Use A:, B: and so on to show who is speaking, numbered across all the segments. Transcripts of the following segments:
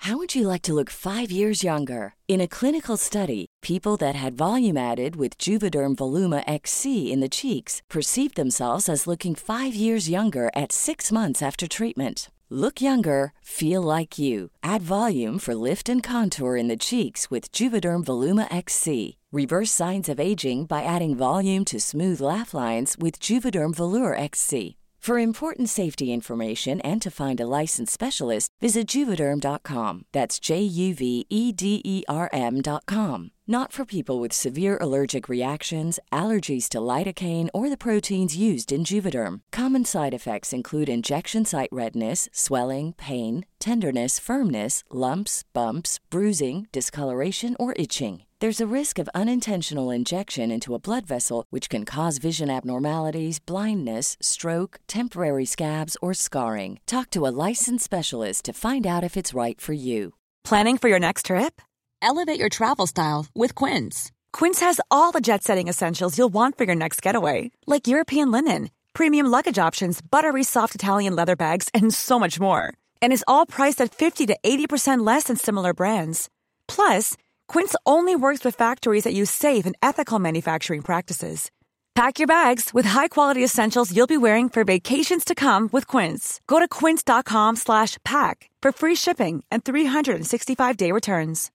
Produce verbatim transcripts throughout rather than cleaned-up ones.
A: How would you like to look five years younger? In a clinical study, people that had volume added with Juvederm Voluma X C in the cheeks perceived themselves as looking five years younger at six months after treatment. Look younger, feel like you. Add volume for lift and contour in the cheeks with Juvederm Voluma X C. Reverse signs of aging by adding volume to smooth laugh lines with Juvederm Volure X C. For important safety information and to find a licensed specialist, visit Juvederm dot com. That's J U V E D E R M dot com. Not for people with severe allergic reactions, allergies to lidocaine, or the proteins used in Juvederm. Common side effects include injection site redness, swelling, pain, tenderness, firmness, lumps, bumps, bruising, discoloration, or itching. There's a risk of unintentional injection into a blood vessel, which can cause vision abnormalities, blindness, stroke, temporary scabs, or scarring. Talk to a licensed specialist to find out if it's right for you.
B: Planning for your next trip? Elevate your travel style with Quince. Quince has all the jet-setting essentials you'll want for your next getaway, like European linen, premium luggage options, buttery soft Italian leather bags, and so much more. And is all priced at fifty to eighty percent less than similar brands. Plus, Quince only works with factories that use safe and ethical manufacturing practices. Pack your bags with high-quality essentials you'll be wearing for vacations to come with Quince. Go to quince.com slash pack for free shipping and three sixty-five day returns.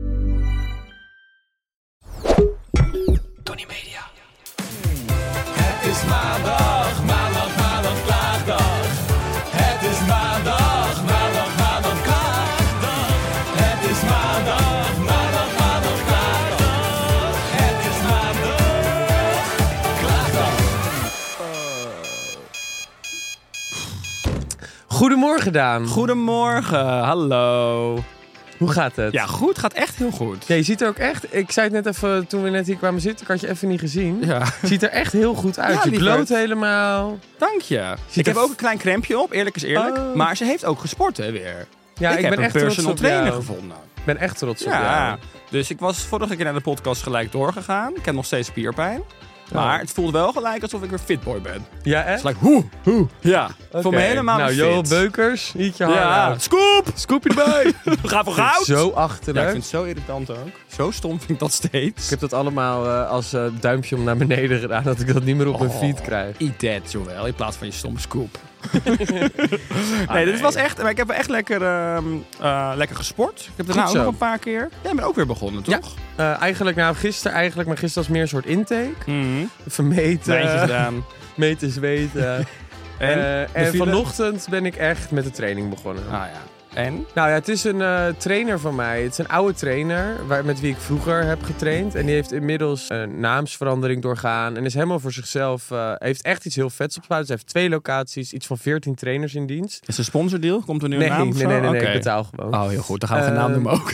C: Tony Media. Het is maandag, maandag, maandag, klaagdag. Het is maandag, maandag, maandag, klaagdag. Het is maandag, maandag, maandag, klaagdag. Het is maandag, klaagdag.
D: Goedemorgen, Daan.
E: Goedemorgen, hallo.
D: Hoe gaat het?
E: Ja, goed. Gaat echt heel goed.
D: Ja, je ziet er ook echt... Ik zei het net even, toen we net hier kwamen zitten, ik had je even niet gezien.
E: Ja.
D: Ziet er echt heel goed uit.
E: Ja,
D: je
E: lieverd.
D: gloot helemaal.
E: Dank je. Ik heb
D: er...
E: ook een klein krempje op, eerlijk is eerlijk.
D: Oh.
E: Maar ze heeft ook gesport, hè, weer.
D: Ja,
E: ik,
D: ik
E: heb
D: ben
E: een
D: echt trots
E: personal
D: op
E: trainer
D: jou.
E: gevonden.
D: Ik ben echt trots op
E: Ja,
D: jou.
E: dus ik was vorige keer naar de podcast gelijk doorgegaan. Ik heb nog steeds spierpijn. Maar het voelde wel gelijk alsof ik weer fitboy ben.
D: Ja,
E: Het
D: echt?
E: is like, hoe, hoe. Ja,
D: Okay.
E: voor me helemaal
D: Nou,
E: weer
D: Johan
E: fit.
D: Beukers, niet je haar
E: Ja,
D: aan.
E: scoop!
D: Scoopje erbij.
E: We gaan voor goud!
D: Zo
E: Ja,
D: achterlijk.
E: ik vind het zo irritant ook. Zo stom vind ik dat steeds.
D: Ik heb dat allemaal uh, als uh, duimpje om naar beneden gedaan, dat ik dat niet meer op mijn
E: Oh,
D: feed krijg.
E: Eat that, Joël, in plaats van je stomme scoop. ah, nee, dit was echt... Maar ik heb echt lekker, uh, uh, lekker gesport. Ik heb daarna ook
D: zo.
E: nog een paar keer... Jij bent ook weer begonnen, toch?
D: Ja. Uh, eigenlijk, nou gisteren eigenlijk, maar gisteren was meer een soort intake.
E: Mm-hmm.
D: Even meten.
E: Lijntje gedaan.
D: Meten, zweten.
E: En?
D: Uh, en
E: Bevielen?
D: vanochtend ben ik echt met de training begonnen.
E: Ah ja. En?
D: Nou ja, het is een uh, trainer van mij. Het is een oude trainer waar, met wie ik vroeger heb getraind. En die heeft inmiddels een naamsverandering doorgaan. En is helemaal voor zichzelf... Uh, heeft echt iets heel vets opgebouwd. Ze heeft twee locaties, iets van veertien trainers in dienst.
E: Is het een sponsordeal? Komt er nu
D: Nee,
E: een naam
D: nee,
E: of
D: nee,
E: zo?
D: nee, nee, nee,
E: Oké.
D: ik betaal gewoon.
E: Oh, heel goed. Dan gaan we geen naam
D: Uh,
E: noemen ook.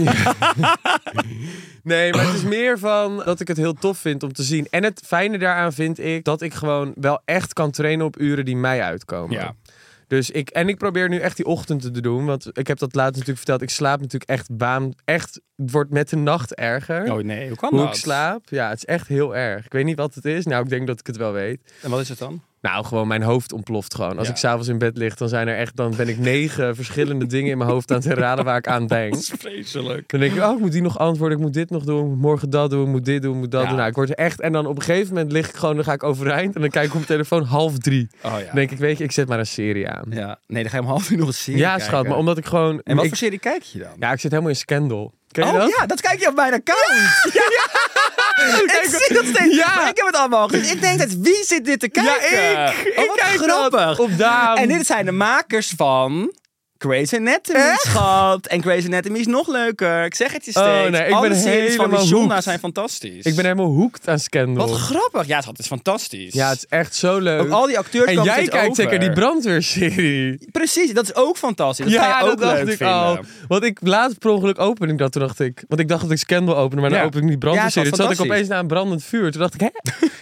D: Nee, maar het is meer van dat ik het heel tof vind om te zien. En het fijne daaraan vind ik dat ik gewoon wel echt kan trainen op uren die mij uitkomen.
E: Ja.
D: Dus ik, en ik probeer nu echt die ochtenden te doen. Want ik heb dat laatst natuurlijk verteld. Ik slaap natuurlijk echt baan. Echt, het wordt met de nacht erger.
E: Oh nee, hoe kan
D: Hoe
E: dat?
D: ik slaap. Ja, het is echt heel erg. Ik weet niet wat het is. Nou, ik denk dat ik het wel weet.
E: En wat is het dan?
D: Nou, gewoon mijn hoofd ontploft gewoon. Als
E: Ja.
D: ik s'avonds in bed lig, dan zijn er echt, dan ben ik negen verschillende dingen in mijn hoofd aan het herhalen waar ik aan denk.
E: Dat is vreselijk.
D: Dan denk ik, oh, ik moet die nog antwoorden, ik moet dit nog doen, ik moet morgen dat doen, ik moet dit doen, ik moet dat
E: Ja.
D: doen. Nou, ik word er echt, en dan op een gegeven moment lig ik gewoon, dan ga ik overeind en dan kijk ik op mijn telefoon half drie.
E: Oh ja.
D: Dan denk ik, weet je, ik zet maar een serie aan.
E: Ja. Nee, dan ga je om half uur nog een serie
D: Ja,
E: kijken.
D: schat, maar omdat ik gewoon...
E: En wat
D: ik,
E: voor serie kijk je dan?
D: Ja, ik zit helemaal in Scandal. Ken je
E: Oh
D: dat?
E: ja, dat kijk je op mijn account. Ja. Ik zie dat steeds.
D: Ja.
E: Maar ik heb het allemaal gezien. Ik denk, dat, wie zit dit te kijken?
D: Ja, ik.
E: Oh,
D: Ik
E: wat
D: kijk
E: grappig.
D: dat op Daan.
E: En dit zijn de makers van Grey's Anatomy, schat. En Grey's Anatomy is nog leuker. Ik zeg het je steeds.
D: Oh, nee, ik
E: Alle
D: ben
E: series van
D: helemaal
E: Shonda
D: hooked.
E: zijn fantastisch.
D: Ik ben helemaal hooked aan Scandal.
E: Wat grappig. Ja, schat, het is fantastisch.
D: Ja, het is echt zo leuk.
E: Ook al die acteurs
D: en
E: komen
D: jij
E: steeds
D: kijkt
E: over.
D: zeker die brandweerserie.
E: Precies, dat is ook fantastisch. Dat ga
D: Ja,
E: je ook
D: dat dacht
E: leuk
D: ik
E: vinden.
D: al. Want ik laatst per ongeluk open ik dat. Toen dacht ik... Want ik dacht dat ik Scandal opende, maar dan
E: Ja.
D: open ik die
E: Ja, het
D: brandweerserie.
E: was
D: Toen zat ik
E: fantastisch.
D: opeens naar een brandend vuur. Toen dacht ik, hè?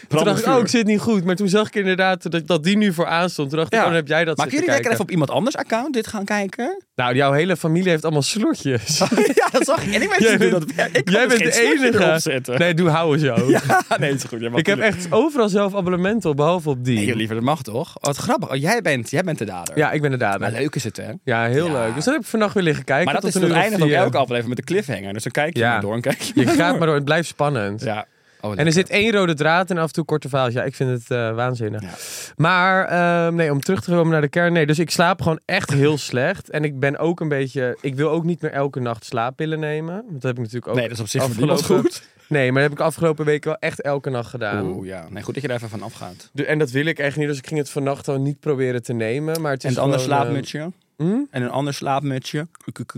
D: Toen dacht ik,
E: vuur.
D: oh, ik zit niet goed. Maar toen zag ik inderdaad dat, dat die nu vooraan stond. Toen dacht ik,
E: Ja.
D: oh, dan heb jij dat
E: Maar
D: zitten
E: kunnen jullie lekker
D: kijken.
E: even op iemand anders account dit gaan kijken?
D: Nou, jouw hele familie heeft allemaal slotjes.
E: Ja, dat zag ik. En ik weet
D: Jij
E: niet hoe
D: bent-
E: dat... Ik kan
D: Jij
E: dus
D: bent de
E: geen slotje erop
D: enige.
E: zetten.
D: Nee, doe houden zo.
E: Ja, nee, dat is goed. Jij mag
D: Ik heb
E: niet-
D: echt overal zelf abonnementen op, behalve op die.
E: Nee, joh, liever, dat mag toch? Oh, wat grappig. Oh, jij, bent, jij bent de dader.
D: Ja, ik ben de
E: Maar
D: dader.
E: leuk is het, hè?
D: Ja, heel
E: Ja.
D: leuk. Dus dat heb ik vannacht weer liggen kijken.
E: Maar dat
D: tot
E: is
D: een
E: het
D: uur of
E: einde van
D: vier.
E: elke aflevering met de cliffhanger. Dus dan kijk je
D: Ja.
E: maar door en kijk je,
D: Je
E: maar
D: gaat
E: door.
D: maar door. Het blijft spannend.
E: Ja. Oh,
D: En er zit één rode draad en af en toe korte verhalen. Ja, ik vind het uh, waanzinnig.
E: Ja.
D: Maar ehm, nee, om terug te komen naar de kern. Nee, dus ik slaap gewoon echt heel slecht. En ik ben ook een beetje... Ik wil ook niet meer elke nacht slaappillen nemen. Want dat heb ik natuurlijk ook
E: Nee, dat is op zich
D: afgelopen...
E: afgelopen goed.
D: Nee, maar dat heb ik afgelopen weken wel echt elke nacht gedaan.
E: Oeh, ja. Nee, goed dat je er even van afgaat.
D: De- en dat wil ik echt niet. Dus ik ging het vannacht al niet proberen te nemen. Maar het is
E: En een ander
D: gewoon, eh,
E: slaapmutsje.
D: hm?
E: En een ander slaapmutsje.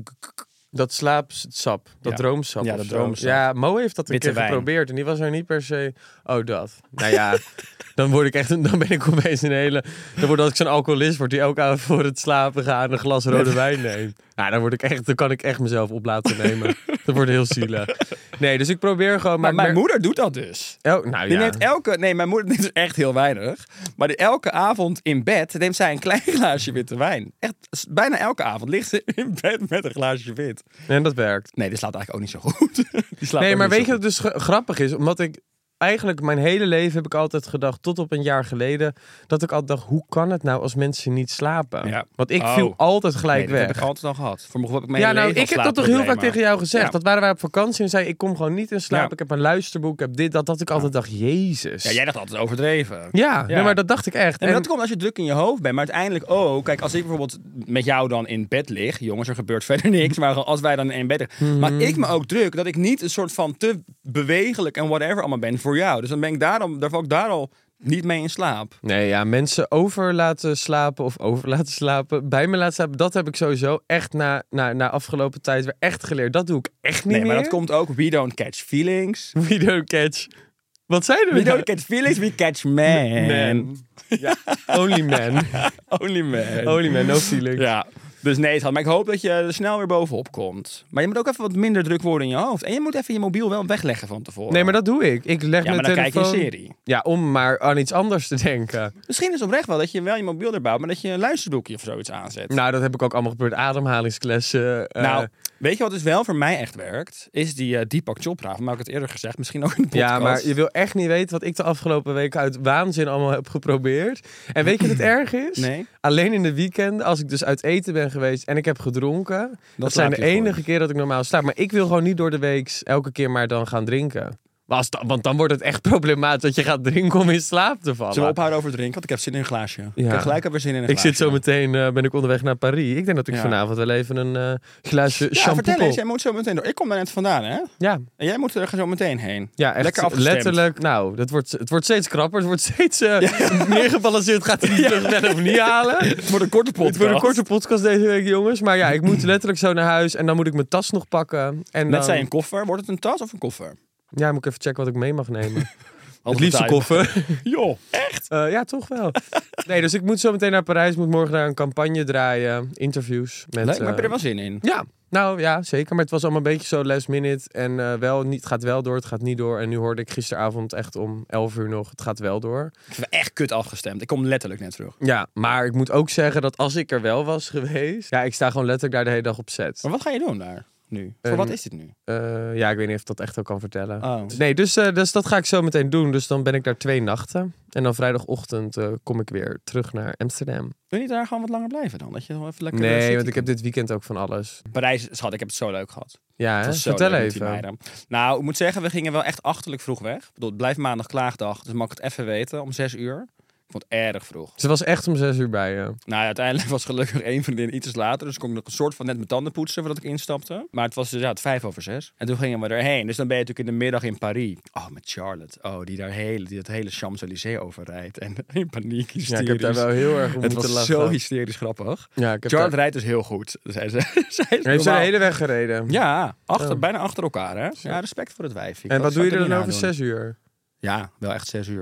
D: Dat slaapsap, dat
E: Ja.
D: droomsap.
E: Ja,
D: of
E: dat
D: zo.
E: droomsap.
D: Ja, Mo heeft dat een
E: Witte
D: keer
E: wijn.
D: geprobeerd en die was er niet per se. Oh, dat. Nou ja, dan word ik echt, dan ben ik opeens een hele. Dan word als ik zo'n alcoholist word die elke avond voor het slapen gaan een glas rode wijn neemt. Nou, dan word ik echt, dan kan ik echt mezelf op laten nemen. Dat wordt heel zielig. Nee, dus ik probeer gewoon.
E: Maar
D: ik
E: mijn
D: merk-
E: moeder doet dat dus.
D: Oh, nou
E: Die
D: ja.
E: neemt elke... Nee, mijn moeder neemt dus echt heel weinig. Maar die elke avond in bed neemt zij een klein glaasje witte wijn. Echt, s- bijna elke avond ligt ze in bed met een glaasje wit.
D: En dat werkt.
E: Nee, die slaapt eigenlijk ook niet zo goed. Die slaapt
D: Nee,
E: ook
D: maar
E: niet
D: weet
E: zo
D: je wat dus gra- grappig is? Omdat ik eigenlijk mijn hele leven heb ik altijd gedacht, tot op een jaar geleden, dat ik altijd dacht, hoe kan het nou als mensen niet slapen?
E: Ja.
D: Want ik
E: Oh.
D: viel altijd
E: goed.
D: gelijk
E: Nee, dat
D: weg.
E: heb ik altijd al gehad. Voor mijn gevoel heb ik mijn
D: Ja,
E: hele
D: nou,
E: leven
D: ik
E: al
D: heb dat toch heel vaak
E: slaapproblemen.
D: tegen jou gezegd.
E: Ja.
D: Dat waren wij op vakantie en zei ik kom gewoon niet in slaap.
E: Ja.
D: Ik heb een luisterboek, ik heb dit, dat, dat ik altijd dacht, jezus.
E: Ja, jij dacht altijd overdreven.
D: Ja, nee, maar dat dacht ik echt.
E: En
D: En-
E: dat komt als je druk in je hoofd bent. Maar uiteindelijk ook... Kijk, als ik bijvoorbeeld met jou dan in bed lig... Jongens, er gebeurt verder niks. Maar als wij dan in bed liggen...
D: Mhm.
E: maak ik me ook druk dat ik niet een soort van te bewegelijk en whatever allemaal ben voor jou. Dus dan ben ik daarom... Daar val ik daar al niet mee in slaap.
D: Nee, ja, mensen over laten slapen of over laten slapen, bij me laten slapen, dat heb ik sowieso echt na, na, na afgelopen tijd weer echt geleerd. Dat doe ik echt niet
E: Nee, maar
D: meer.
E: dat komt ook... We don't catch feelings.
D: We don't catch. Wat zei
E: We
D: er?
E: don't catch feelings, we catch man.
D: Man. Ja, only man.
E: Only man.
D: Only man, no feelings.
E: Ja. Dus nee, schat, maar ik hoop dat je er snel weer bovenop komt. Maar je moet ook even wat minder druk worden in je hoofd. En je moet even je mobiel wel wegleggen van tevoren.
D: Nee, maar dat doe ik. Ik leg
E: Ja, maar
D: mijn
E: dan
D: telefoon...
E: kijk je een serie.
D: Ja, om maar aan iets anders te denken.
E: Misschien is het oprecht wel dat je wel je mobiel erbij houdt, maar dat je een luisterboekje of zoiets aanzet.
D: Nou, dat heb ik ook allemaal geprobeerd. Ademhalingsklessen. eh,
E: Nou, weet je wat dus wel voor mij echt werkt? Is die uh, Deepak Chopra. Maar ik het eerder gezegd, misschien ook in de podcast.
D: ja, maar je wil echt niet weten wat ik de afgelopen weken uit waanzin allemaal heb geprobeerd. En weet je wat het erg is?
E: Nee.
D: Alleen in de weekenden, als ik dus uit eten ben geweest en ik heb gedronken. Dat, zijn de
E: slaap je
D: enige
E: gewoon.
D: keer dat ik normaal slaap. Maar ik wil gewoon niet door de week elke keer maar dan gaan drinken. Maar als da- want dan wordt het echt problematisch dat je gaat drinken om in slaap te vallen.
E: Zullen we ophouden over drinken? Want ik heb zin in een glaasje. Ik heb gelijk alweer zin in een
D: Ik
E: glaasje.
D: zit zo meteen, eh, ben ik onderweg naar Parijs. Ik denk dat ik
E: Ja.
D: vanavond wel even een eh, glaasje
E: Ja,
D: shampoo.
E: vertel eens. Jij moet zo meteen door. Ik kom daar net vandaan, hè?
D: Ja,
E: En jij moet er zo meteen heen.
D: ja, echt
E: Lekker afgestemd.
D: letterlijk. Nou, dat wordt, het wordt steeds krapper. Het wordt steeds eh, meer gebalanceerd. Gaat hij die terug wel of niet halen?
E: Het wordt een korte podcast.
D: Het wordt een korte podcast deze week, jongens. Maar ja, ik moet letterlijk zo naar huis. En dan moet ik mijn tas nog pakken. En
E: Net
D: dan,
E: zei een koffer. Wordt het een tas of een koffer?
D: Ja, moet ik even checken wat ik mee mag nemen. Het
E: Altijd
D: liefste
E: tijd.
D: koffer.
E: Joh, echt?
D: Eh, ja, toch wel. Nee, dus ik moet zo meteen naar Parijs. Moet morgen daar een campagne draaien. Interviews. Met,
E: Leuk, maar heb je er
D: eh,
E: wel zin in?
D: Ja, nou ja, zeker. Maar het was allemaal een beetje zo last minute. En eh, wel, niet, het gaat wel door, het gaat niet door. En nu hoorde ik gisteravond echt om elf uur nog, het gaat wel door.
E: Ik heb echt kut afgestemd. Ik kom letterlijk net terug.
D: Ja, maar ik moet ook zeggen dat als ik er wel was geweest... Ja, ik sta gewoon letterlijk daar de hele dag op set.
E: Maar wat ga je doen daar nu? Voor
D: Ehm,
E: wat is dit nu?
D: Eh, ja, ik weet niet of ik dat echt ook kan vertellen.
E: Oh.
D: Nee, dus, eh, dus dat ga ik zo meteen doen. Dus dan ben ik daar twee nachten. En dan vrijdagochtend eh, kom ik weer terug naar Amsterdam.
E: Wil je niet daar gewoon wat langer blijven dan? Dat je wel even lekker...
D: Nee,
E: city
D: want ik heb
E: kan-
D: dit weekend ook van alles.
E: Parijs, schat, ik heb het zo leuk gehad.
D: Ja,
E: Het
D: hè?
E: was zo
D: Vertel
E: leuk met die
D: even.
E: meiden. Nou, ik moet zeggen, we gingen wel echt achterlijk vroeg weg. Ik bedoel, het blijft maandag klaagdag, dus mag ik het even weten om zes uur. Ik vond het erg vroeg.
D: Ze was echt om zes uur bij je.
E: Nou ja, uiteindelijk was gelukkig één vriendin iets later. Dus kon ik nog een soort van net mijn tanden poetsen voordat ik instapte. Maar het was dus ja, het vijf over zes. En toen gingen we erheen. Dus dan ben je natuurlijk in de middag in Parijs. Oh, met Charlotte. Oh, die daar hele, die dat hele Champs-Élysées overrijdt. En in paniek, hysterisch.
D: Ja, ik heb daar wel heel erg om
E: Het
D: moeten
E: was
D: lachen.
E: zo hysterisch grappig.
D: Ja, ik heb
E: Charlotte
D: daar...
E: rijdt dus heel goed. Zij, zij, zij is
D: Heeft ze de
E: normaal-
D: hele weg gereden?
E: Ja, achter,
D: Oh.
E: bijna achter elkaar, hè? Ja, respect voor het wijfje.
D: En wat doe je er dan over
E: zes?
D: zes uur?
E: Ja, wel echt zes uur.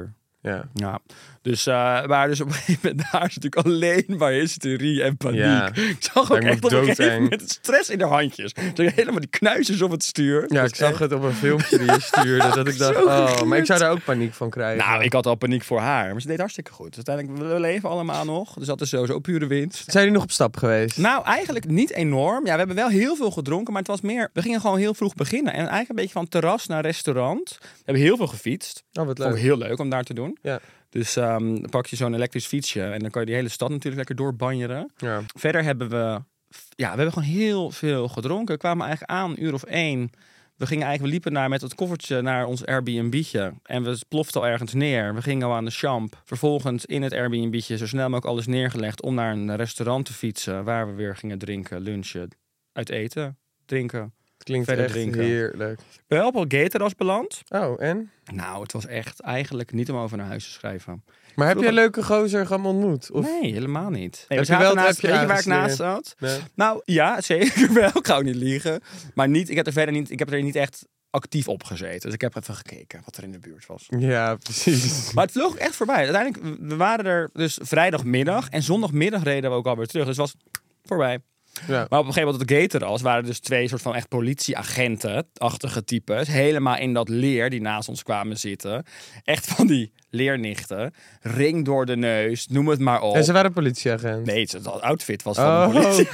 D: Ja.
E: Ja, dus, uh, maar dus op een gegeven moment daar is natuurlijk alleen maar hysterie en paniek.
D: Ja.
E: Ik zag ook
D: Lijkt me
E: echt op een gegeven
D: doodeng.
E: moment stress in de handjes. Toen helemaal die knuisjes op het stuur.
D: Ja,
E: Dus
D: ik zag
E: echt-
D: het op een filmpje die je stuurde. Dat ik dacht,
E: Zo
D: oh,
E: gekleurd.
D: maar ik zou daar ook paniek van krijgen.
E: Nou, ik had al paniek voor haar. Maar ze deed hartstikke goed. Dus uiteindelijk, we leven allemaal nog. Dus dat is sowieso pure winst.
D: Zijn jullie nog op stap geweest?
E: Nou, eigenlijk niet enorm. Ja, we hebben wel heel veel gedronken, maar het was meer... We gingen gewoon heel vroeg beginnen. En eigenlijk een beetje van terras naar restaurant. We hebben heel veel gefietst.
D: Oh, wat
E: Vond ik
D: leuk.
E: heel leuk om daar te doen.
D: Ja.
E: Dus um, dan pak je zo'n elektrisch fietsje en dan kan je die hele stad natuurlijk lekker doorbanjeren.
D: Ja.
E: Verder hebben we... Ja, we hebben gewoon heel veel gedronken. We kwamen eigenlijk aan, een uur of één. We gingen eigenlijk, we liepen naar met het koffertje naar ons Airbnb'tje. En we ploften al ergens neer. We gingen al aan de champ. Vervolgens in het Airbnb'tje zo snel mogelijk alles neergelegd om naar een restaurant te fietsen. Waar we weer gingen drinken, lunchen, uit eten, drinken.
D: Het klinkt
E: Verder
D: echt
E: drinken.
D: heerlijk.
E: We hebben op een gateras beland.
D: Oh, en?
E: Nou, het was echt eigenlijk niet om over naar huis te schrijven.
D: Maar heb je
E: Vroeger-
D: een leuke gozer gaan ontmoet? Of...
E: Nee, helemaal niet.
D: Heb
E: Nee, we
D: je
E: zaten
D: wel het
E: naast,
D: appje
E: weet je waar ik naast
D: aangeslingerd?
E: zat?
D: Nee.
E: Nou, ja, zeker wel. Ik ga ook niet liegen. Maar niet, ik heb er verder niet, ik heb er niet echt actief op gezeten. Dus ik heb even gekeken wat er in de buurt was.
D: Ja, precies.
E: Maar het vloog ook echt voorbij. Uiteindelijk, we waren er dus vrijdagmiddag. En zondagmiddag reden we ook alweer terug. Dus het was voorbij.
D: Ja.
E: Maar op een gegeven moment op de gateras waren er dus twee soort van echt politieagenten-achtige types. Helemaal in dat leer die naast ons kwamen zitten. Echt van die leernichten. Ring door de neus, noem het maar op.
D: En ze waren politieagent.
E: Nee, het outfit was van
D: Oh.
E: een politie.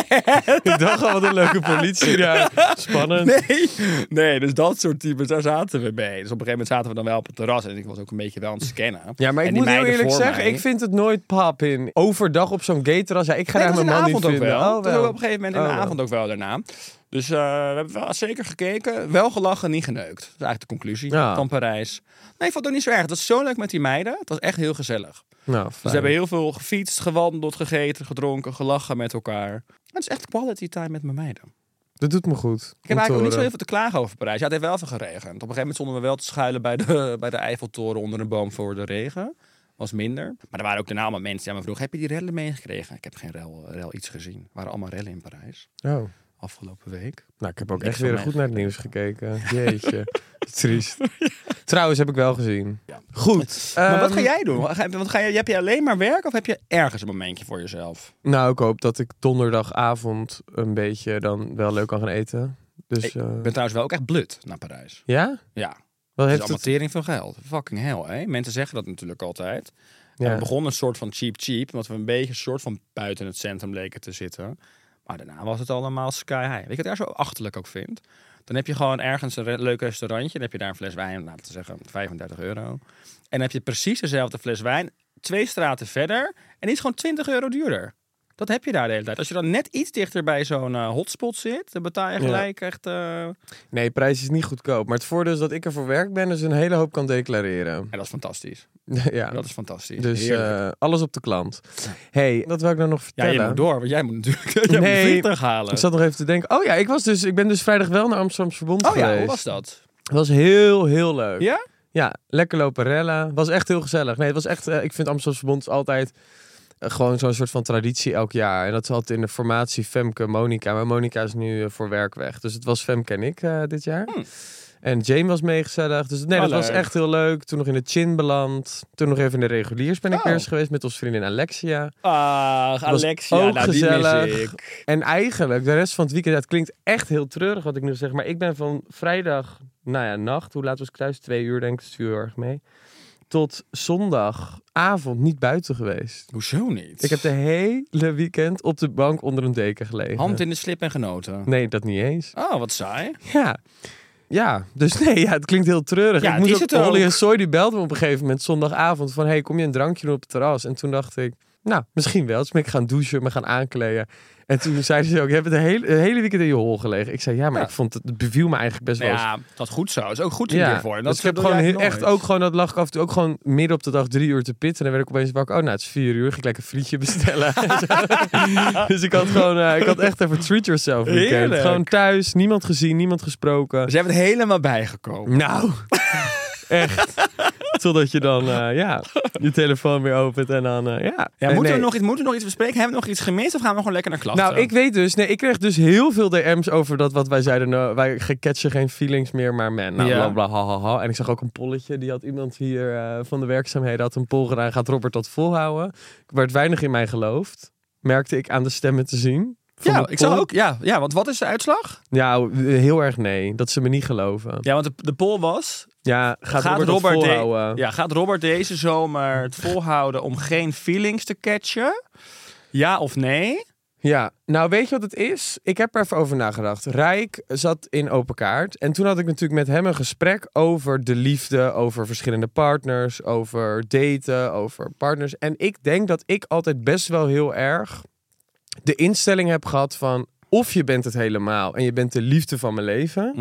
D: Ik dacht al, wat een leuke politie daar. Spannend.
E: Nee, nee, dus dat soort types, daar zaten we mee. Dus op een gegeven moment zaten we dan wel op het terras. En ik was ook een beetje wel aan het scannen.
D: Ja, maar ik
E: En die
D: moet heel
E: meiden
D: eerlijk
E: voor
D: zeggen,
E: mij-
D: ik vind het nooit pap in. Overdag op zo'n gateras. Ja, ik ga
E: Nee,
D: daar
E: dat
D: mijn
E: was in
D: man
E: de
D: niet
E: avond ook
D: vinden.
E: wel.
D: Oh,
E: Dat
D: wel.
E: was op een gegeven moment in de
D: Oh, wel.
E: avond ook wel daarna. Dus uh, we hebben wel zeker gekeken. Wel gelachen, niet geneukt. Dat is eigenlijk de conclusie
D: Ja.
E: van Parijs. Nee, ik vond het ook niet zo erg. Het was zo leuk met die meiden. Het was echt heel gezellig.
D: Nou,
E: Dus we
D: fijn.
E: hebben heel veel gefietst, gewandeld, gegeten, gedronken, gelachen met elkaar. Het is echt quality time met mijn meiden.
D: Dat doet me goed.
E: Ik heb eigenlijk ook niet zo heel veel te klagen over Parijs. Ja, het heeft wel even geregend. Op een gegeven moment stonden we wel te schuilen bij de, bij de Eiffeltoren onder een boom voor de regen. Was minder. Maar er waren ook daarna allemaal mensen die me vroegen, heb je die rellen meegekregen? Ik heb geen rel, rel iets gezien. Er waren allemaal rellen in Parijs.
D: Oh.
E: Afgelopen week.
D: Nou, ik heb ook
E: Niks
D: echt weer
E: van
D: goed naar het nieuws
E: meegekregen.
D: gekeken. Jeetje. Triest. Trouwens, heb ik wel gezien.
E: Ja.
D: Goed.
E: Maar wat
D: ehm,
E: ga jij doen? Wat ga, wat ga je, heb je alleen maar werk of heb je ergens een momentje voor jezelf?
D: Nou, ik hoop dat ik donderdagavond een beetje dan wel leuk kan gaan eten. Dus,
E: Ik
D: eh,
E: ben trouwens wel ook echt blut naar Parijs.
D: ja?
E: Ja.
D: Wat
E: Het is
D: heeft
E: allemaal
D: het?
E: tering van geld. Fucking hell, hè? Mensen zeggen dat natuurlijk altijd. En
D: Ja.
E: we begonnen een soort van cheap cheap, omdat we een beetje een soort van buiten het centrum leken te zitten. Maar daarna was het allemaal sky high. Weet je wat ik daar zo achterlijk ook vind? Dan heb je gewoon ergens een re- leuk restaurantje. Dan heb je daar een fles wijn, laten we zeggen vijfendertig euro. En dan heb je precies dezelfde fles wijn twee straten verder. En die is gewoon twintig euro duurder. Dat heb je daar de hele tijd. Als je dan net iets dichter bij zo'n eh, hotspot zit, dan betaal je
D: Ja.
E: gelijk echt... eh,
D: Nee, prijs is niet goedkoop. Maar het voordeel is dat ik er voor werk ben, dus een hele hoop kan declareren.
E: En dat is fantastisch.
D: ja.
E: Dat is fantastisch.
D: Dus
E: Heerlijk.
D: eh, alles op de klant. hey, dat wil ik nou nog
E: Ja,
D: vertellen.
E: je moet door, want jij moet natuurlijk jij moet
D: Nee,
E: de vliegtuig halen.
D: Ik zat nog even te denken. Oh ja, ik, was dus, ik ben dus vrijdag wel naar Amsterdamse Verbond
E: Oh
D: geweest.
E: ja, hoe was dat?
D: Het was heel, heel leuk.
E: Ja?
D: Ja, lekker lopen rellen. Was echt heel gezellig. Nee, het was echt... eh, ik vind Amsterdamse Verbond altijd eh, gewoon zo'n soort van traditie elk jaar. En dat zat in de formatie Femke, Monica. Maar Monica is nu eh, voor werk weg. Dus het was Femke en ik eh, dit jaar.
E: Hmm.
D: En Jane was meegezellig. Dus nee,
E: Oh,
D: dat was
E: leuk.
D: echt heel leuk. Toen nog in de Chin beland. Toen nog even in de reguliers ben ik
E: Oh.
D: weer eens geweest met onze vriendin Alexia.
E: Ach,
D: was
E: Alexia,
D: ook
E: nou, die mis
D: gezellig.
E: ik.
D: En eigenlijk, de rest van het weekend, het klinkt echt heel treurig wat ik nu zeg, maar ik ben van vrijdag, nou ja, nacht, hoe laat was ik thuis? Twee uur denk ik, dat viel heel erg mee. Tot zondagavond niet buiten geweest.
E: Hoezo niet?
D: Ik heb de hele weekend op de bank onder een deken gelegen.
E: Hand in de slip en genoten.
D: Nee, dat niet eens.
E: Oh, wat saai.
D: Ja. Ja, dus nee, ja, het klinkt heel treurig.
E: Ja,
D: ik
E: het
D: moest
E: is
D: ook,
E: het ook.
D: Holly en Soy die belden me op een gegeven moment zondagavond van, hey, kom je een drankje doen op het terras? En toen dacht ik, nou, misschien wel. Dus ben ik gaan douchen, me gaan aankleden. En toen zeiden ze ook, je hebt het hele, het hele weekend in je hol gelegen. Ik zei, ja, maar
E: Ja.
D: ik vond het, het beviel me eigenlijk best wel eens.
E: Ja, dat goed zo. is ook goed
D: Ja,
E: weer voor. En dat
D: dus ik heb
E: doe
D: gewoon
E: jij
D: heel, echt
E: nooit.
D: ook gewoon, dat lag ik af en toe ook gewoon midden op de dag drie uur te pitten. En dan werd ik opeens wakker, oh nou, het is vier uur, ga ik lekker een frietje bestellen. Dus ik had gewoon, eh, ik had echt even treat yourself weekend.
E: Heerlijk.
D: Gewoon thuis, niemand gezien, niemand gesproken.
E: Dus jij bent helemaal bijgekomen.
D: Nou, echt. Het Totdat je dan uh, ja, je telefoon weer opent en dan uh, ja.
E: Ja,
D: Nee,
E: moeten,
D: nee.
E: we nog iets, moeten we nog iets bespreken? Hebben we nog iets gemist of gaan we gewoon lekker naar klachten?
D: Nou, ik weet dus, nee, ik kreeg dus heel veel D M's over dat wat wij zeiden. Nou, wij catchen geen feelings meer, maar man. Nou,
E: Ja.
D: bla bla, ha, ha, ha. En ik zag ook een polletje. Die had iemand hier uh, van de werkzaamheden had een poll gedaan. Gaat Robert dat volhouden? Ik werd weinig in mij geloofd. Merkte ik aan de stemmen te zien. Van
E: Ja,
D: de
E: ik zag
D: poll.
E: ook. Ja, ja, want wat is de uitslag?
D: Ja, heel erg nee. Dat ze me niet geloven.
E: Ja, want de, de poll was...
D: Ja, gaat,
E: Gaat
D: Robert,
E: Robert,
D: dat
E: de-
D: volhouden?
E: ja, gaat Robert deze zomer het volhouden om geen feelings te catchen? Ja of nee?
D: Ja, nou weet je wat het is? Ik heb er even over nagedacht. Rijk zat in Open Kaart. En toen had ik natuurlijk met hem een gesprek over de liefde, over verschillende partners, over daten, over partners. En ik denk dat ik altijd best wel heel erg de instelling heb gehad van of je bent het helemaal en je bent de liefde van mijn leven.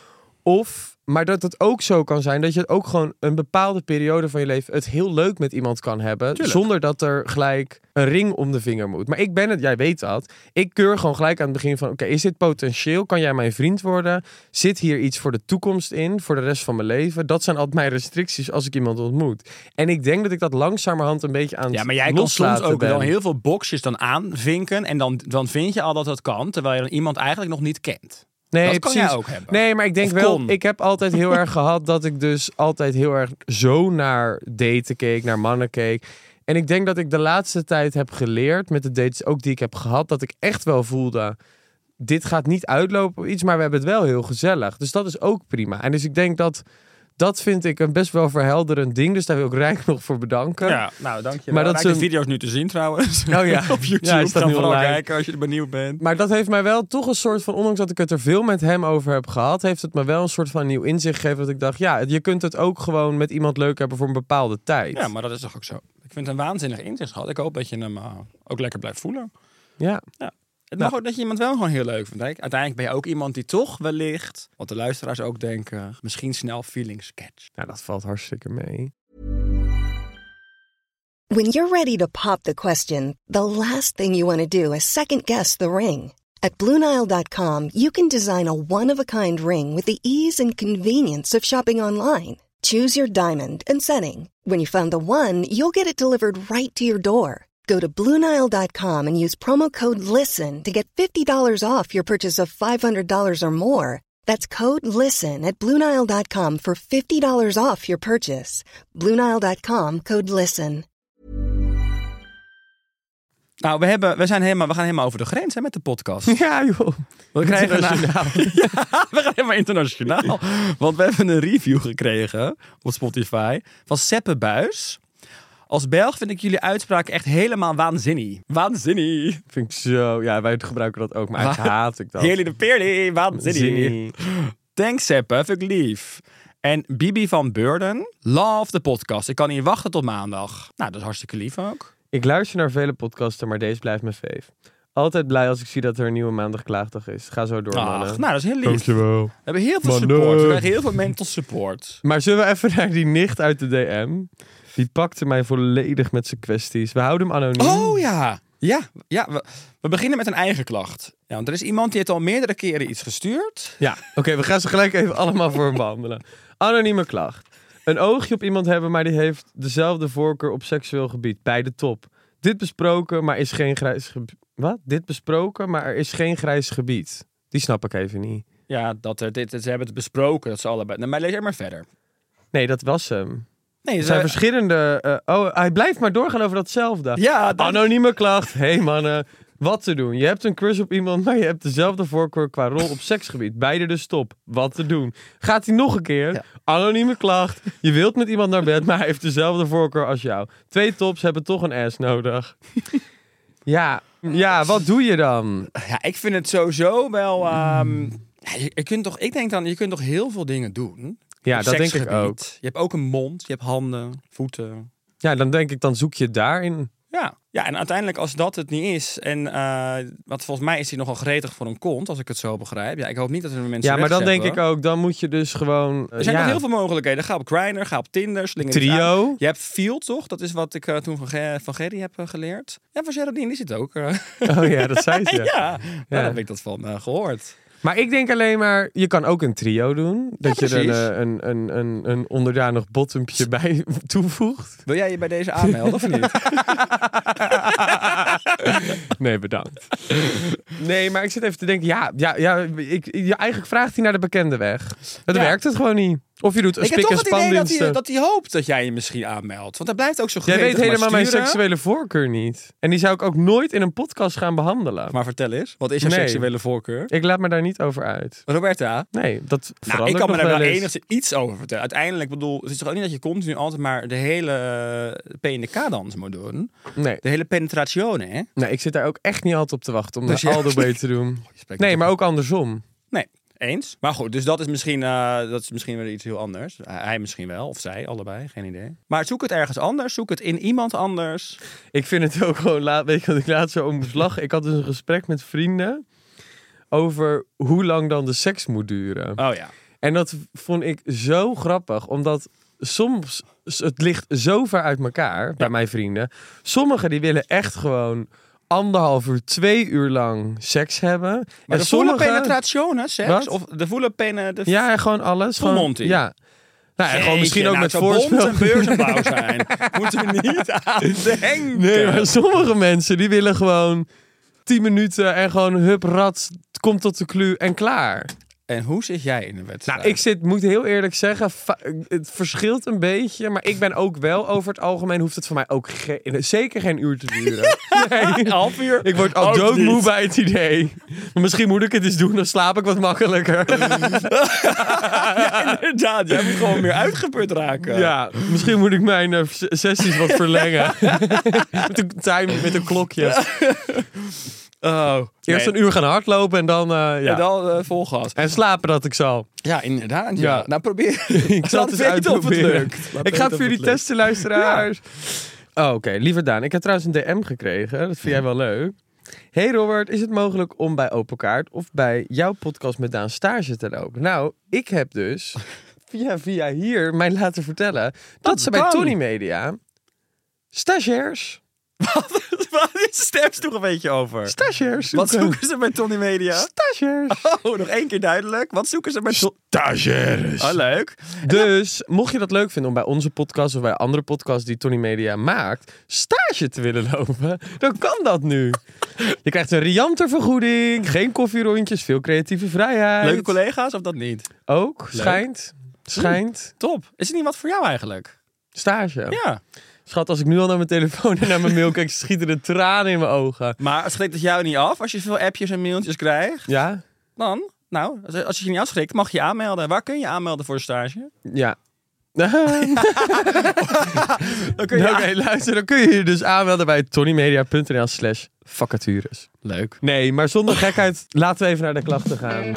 D: Of, maar dat het ook zo kan zijn dat je het ook gewoon een bepaalde periode van je leven het heel leuk met iemand kan hebben.
E: Tuurlijk.
D: Zonder dat er gelijk een ring om de vinger moet. Maar ik ben het, jij weet dat. Ik keur gewoon gelijk aan het begin van, oké, is dit potentieel? Kan jij mijn vriend worden? Zit hier iets voor de toekomst in? Voor de rest van mijn leven? Dat zijn altijd mijn restricties als ik iemand ontmoet. En ik denk dat ik dat langzamerhand een beetje aan het
E: Ja, maar jij kan soms
D: loslaten
E: ook
D: ben.
E: dan heel veel boxjes dan aanvinken. En dan, dan vind je al dat het kan. Terwijl je dan iemand eigenlijk nog niet kent.
D: Nee,
E: dat kan
D: precies.
E: jij ook hebben.
D: Nee, maar ik denk
E: Of
D: wel,
E: kon.
D: ik heb altijd heel erg gehad dat ik dus altijd heel erg zo naar daten keek, naar mannen keek. En ik denk dat ik de laatste tijd heb geleerd met de dates ook die ik heb gehad, dat ik echt wel voelde, dit gaat niet uitlopen op iets, maar we hebben het wel heel gezellig. Dus dat is ook prima. En dus ik denk dat, dat vind ik een best wel verhelderend ding. Dus daar wil ik Rijk nog voor bedanken.
E: Ja, nou dank je
D: Maar
E: wel.
D: dat
E: Rijk,
D: is
E: de
D: een-
E: video is nu te zien trouwens.
D: Oh ja.
E: Op YouTube.
D: Ja, hij staat
E: Kan
D: nu
E: vooral
D: online.
E: kijken als je er benieuwd bent.
D: Maar dat heeft mij wel toch een soort van, ondanks dat ik het er veel met hem over heb gehad, heeft het me wel een soort van nieuw inzicht gegeven dat ik dacht, ja, je kunt het ook gewoon met iemand leuk hebben voor een bepaalde tijd.
E: Ja, maar dat is toch ook zo. Ik vind het een waanzinnig inzicht gehad. Ik hoop dat je hem uh, ook lekker blijft voelen.
D: Ja.
E: Het
D: Nou.
E: mag ook dat je iemand wel gewoon heel leuk vindt. Hè? Uiteindelijk ben je ook iemand die toch wellicht, wat de luisteraars ook denken, misschien snel feelings catch.
D: Nou, dat valt hartstikke mee.
F: When you're ready to pop the question, the last thing you want to do is second-guess the ring. At Blue Nile dot com, you can design a one-of-a-kind ring with the ease and convenience of shopping online. Choose your diamond and setting. When you find the one, you'll get it delivered right to your door. Go to Blue Nile dot com and use promo code LISTEN to get fifty dollars off your purchase of five hundred dollars or more. That's code LISTEN at Blue Nile dot com for fifty dollars off your purchase. Blue Nile dot com, code LISTEN.
E: Nou, we, hebben, we, zijn helemaal, we gaan helemaal over de grens hè, met de podcast.
D: Ja, joh.
E: We krijgen
D: Internationaal.
E: ja, we gaan helemaal internationaal. Want we hebben een review gekregen op Spotify van Seppe Buis. Als Belg vind ik jullie uitspraak echt helemaal waanzinnig. Waanzinnig.
D: Vind ik zo. Ja, wij gebruiken dat ook, maar eigenlijk haat ik dat.
E: Jullie de peerly, waanzinnig.
D: Zinnie.
E: Thanks Seppe, vind ik lief. En Bibi van Beurden, love de podcast. Ik kan niet wachten tot maandag. Nou, dat is hartstikke lief ook.
D: Ik luister naar vele podcasten, maar deze blijft mijn fave. Altijd blij als ik zie dat er een nieuwe maandag klaagdag is. Ga zo door,
E: Ach,
D: mannen.
E: nou, dat is heel lief.
D: Dankjewel.
E: We hebben heel veel
D: Mannen.
E: support. We krijgen heel veel mental support.
D: Maar zullen we even naar die nicht uit de D M? Die pakte mij volledig met zijn kwesties. We houden hem anoniem.
E: Oh ja. Ja, ja we, we beginnen met een eigen klacht. Ja, want er is iemand die heeft al meerdere keren iets gestuurd.
D: Ja, oké, we gaan ze gelijk even allemaal voor hem behandelen. Anonieme klacht. Een oogje op iemand hebben, maar die heeft dezelfde voorkeur op seksueel gebied. Bij de top. Dit besproken, maar is geen grijs gebied. Wat? Dit besproken, maar er is geen grijs gebied. Die snap ik even niet.
E: Ja, dat er, dit, ze hebben het besproken, dat ze allebei... Nou, maar lees er maar verder.
D: Nee, dat was hem.
E: Nee,
D: Er zijn verschillende... eh, oh, hij blijft maar doorgaan over datzelfde.
E: Ja, dat...
D: Anonieme klacht. Hé hey mannen, wat te doen? Je hebt een crush op iemand, maar je hebt dezelfde voorkeur qua rol op seksgebied. Beide dus top. Wat te doen? Gaat hij nog een keer?
E: Ja.
D: Anonieme klacht. Je wilt met iemand naar bed, maar hij heeft dezelfde voorkeur als jou. Twee tops hebben toch een ass nodig. ja, ja, wat doe je dan?
E: Ja, ik vind het sowieso wel... ehm, ja, je, je kunt toch, ik denk dan, je kunt toch heel veel dingen doen.
D: Ja,
E: Op
D: dat denk ik
E: seksgebied.
D: ook.
E: Je hebt ook een mond, je hebt handen, voeten.
D: Ja, dan denk ik, dan zoek je daarin.
E: Ja. Ja, en uiteindelijk als dat het niet is... en uh, want volgens mij is hij nogal gretig voor een kont, als ik het zo begrijp. Ja, ik hoop niet dat er mensen
D: Ja, maar dan denk
E: wegzeppen.
D: ik ook, dan moet je dus gewoon... uh,
E: Er zijn
D: ja,
E: nog heel veel mogelijkheden. Ga op Grindr, ga op Tinder, slinger iets aan.
D: Trio.
E: Je hebt Field, toch? Dat is wat ik uh, toen van, Ge- van Gerry heb uh, geleerd. Ja, van Geraldine, die zit ook. Uh.
D: Oh ja, dat zei ze.
E: ja, daar
D: Ja.
E: heb ik dat van uh, gehoord.
D: Maar ik denk alleen maar, je kan ook een trio doen. Dat
E: Ja,
D: je er
E: precies.
D: een, een, een, een, een onderdanig bottompje bij toevoegt.
E: Wil jij je bij deze aanmelden of niet?
D: Nee, bedankt. Nee, maar ik zit even te denken, ja, ja, ja ik, ja eigenlijk vraagt hij naar de bekende weg. Dat
E: Ja.
D: werkt het gewoon niet. Of je doet een
E: Ik heb
D: spik- en
E: toch het idee dat hij,
D: spandiensten.
E: dat hij hoopt dat jij je misschien aanmeldt. Want hij blijft ook zo
D: Jij
E: gretig
D: weet helemaal
E: maar
D: mijn
E: sturen.
D: seksuele voorkeur niet. En die zou ik ook nooit in een podcast gaan behandelen.
E: Maar vertel eens, wat is jouw
D: Nee.
E: seksuele voorkeur?
D: Ik laat me daar niet over uit.
E: Roberta?
D: Nee, dat
E: Nou,
D: verandert
E: ik kan me
D: nog
E: daar wel
D: wel eens.
E: enigszins iets over vertellen. Uiteindelijk, bedoel, het is toch ook niet dat je continu altijd maar de hele eh, P N K-dans moet doen?
D: Nee.
E: De hele penetratione, hè?
D: nee, ik zit daar ook echt niet altijd op te wachten om
E: Dus
D: de
E: ja.
D: Aldo B te doen.
E: Je spreekt
D: Nee,
E: toch-
D: maar ook andersom.
E: Nee, eens. Maar goed, dus dat is misschien, eh, dat is misschien weer iets heel anders. Uh, hij misschien wel, of zij, allebei, geen idee. Maar zoek het ergens anders, zoek het in iemand anders.
D: Ik vind het ook gewoon, laat, weet je wat ik laatst zo om moest lachen? Ik had dus een gesprek met vrienden over hoe lang dan de seks moet duren.
E: Oh ja.
D: En dat vond ik zo grappig, omdat soms, het ligt zo ver uit elkaar bij mijn vrienden. Sommigen die willen echt gewoon anderhalf uur, twee uur lang seks hebben.
E: Maar
D: en
E: de volle
D: sommige-
E: penetratione, seks?
D: Wat?
E: Of de volle pene... De
D: Ja, gewoon alles.
E: Full
D: Gewoon,
E: Monty.
D: Ja. Nou, en gewoon
E: Jeetje,
D: misschien ook
E: nou,
D: met
E: het zou
D: voorspel.
E: bont en beurs en bouw zijn. Moeten we niet aan denken.
D: Nee, maar sommige mensen die willen gewoon tien minuten en gewoon hup, rat, het komt tot de clu en klaar.
E: En hoe zit jij in de wedstrijd?
D: Nou, ik zit, moet heel eerlijk zeggen, va- het verschilt een beetje, maar ik ben ook wel, over het algemeen hoeft het voor mij ook ge- zeker geen uur te duren. Nee.
E: Een half uur?
D: Ik word al
E: Ook
D: doodmoe
E: niet.
D: bij het idee. Maar misschien moet ik het eens doen, dan slaap ik wat makkelijker.
E: Ja, inderdaad. Jij moet gewoon meer uitgeput raken.
D: Ja, misschien moet ik mijn eh, s- sessies wat verlengen. met, een time, met een klokje.
E: Oh.
D: Eerst
E: Nee.
D: een uur gaan hardlopen en dan, eh, ja.
E: En dan uh, vol gas.
D: En slapen dat ik zal.
E: Ja, inderdaad. Ja.
D: Ja.
E: Nou, probeer.
D: Ik zal
E: Laat
D: het eens
E: weten of het
D: uitproberen.
E: lukt. Laat
D: Ik ga
E: weten
D: het voor
E: of
D: jullie
E: het lukt.
D: testen, luisteraars. Oh, oké, liever Daan. Ik heb trouwens een D M gekregen. Dat vind jij wel leuk. Hey Robert, is het mogelijk om bij Open Kaart of bij jouw podcast met Daan stage te lopen? Nou, ik heb dus via, via hier mij laten vertellen dat,
E: Dat
D: ze bij
E: kan.
D: Tony Media stagiairs,
E: Waar is de stem toch een beetje over?
D: stagiairs
E: Wat
D: zoeken.
E: zoeken ze bij Tony Media?
D: Stagiairs.
E: Oh, nog één keer duidelijk. Wat zoeken ze bij Tony...
D: Stagiaires.
E: Oh, leuk.
D: Dus mocht je dat leuk vinden om bij onze podcast of bij andere podcasts die Tony Media maakt, stage te willen lopen, dan kan dat nu. Je krijgt een riante vergoeding, geen koffierondjes, veel creatieve vrijheid.
E: Leuke collega's of dat niet?
D: Ook, schijnt. Schijnt.
E: Top. Is het niet wat voor jou eigenlijk?
D: Stage.
E: Ja.
D: Schat, als ik nu al naar mijn telefoon en naar mijn mail kijk, schieten de tranen in mijn ogen.
E: Maar schrikt het jou niet af als je veel appjes en mailtjes krijgt?
D: Ja?
E: Dan, nou, als- als je je niet afschrikt, mag je je aanmelden. Waar kun je aanmelden voor een stage?
D: Ja.
E: Dan kun je
D: Oké, luister, dan kun je je dus aanmelden bij tonymedia.nl slash vacatures.
E: Leuk.
D: Nee, maar zonder gekheid, laten we even naar de klachten gaan.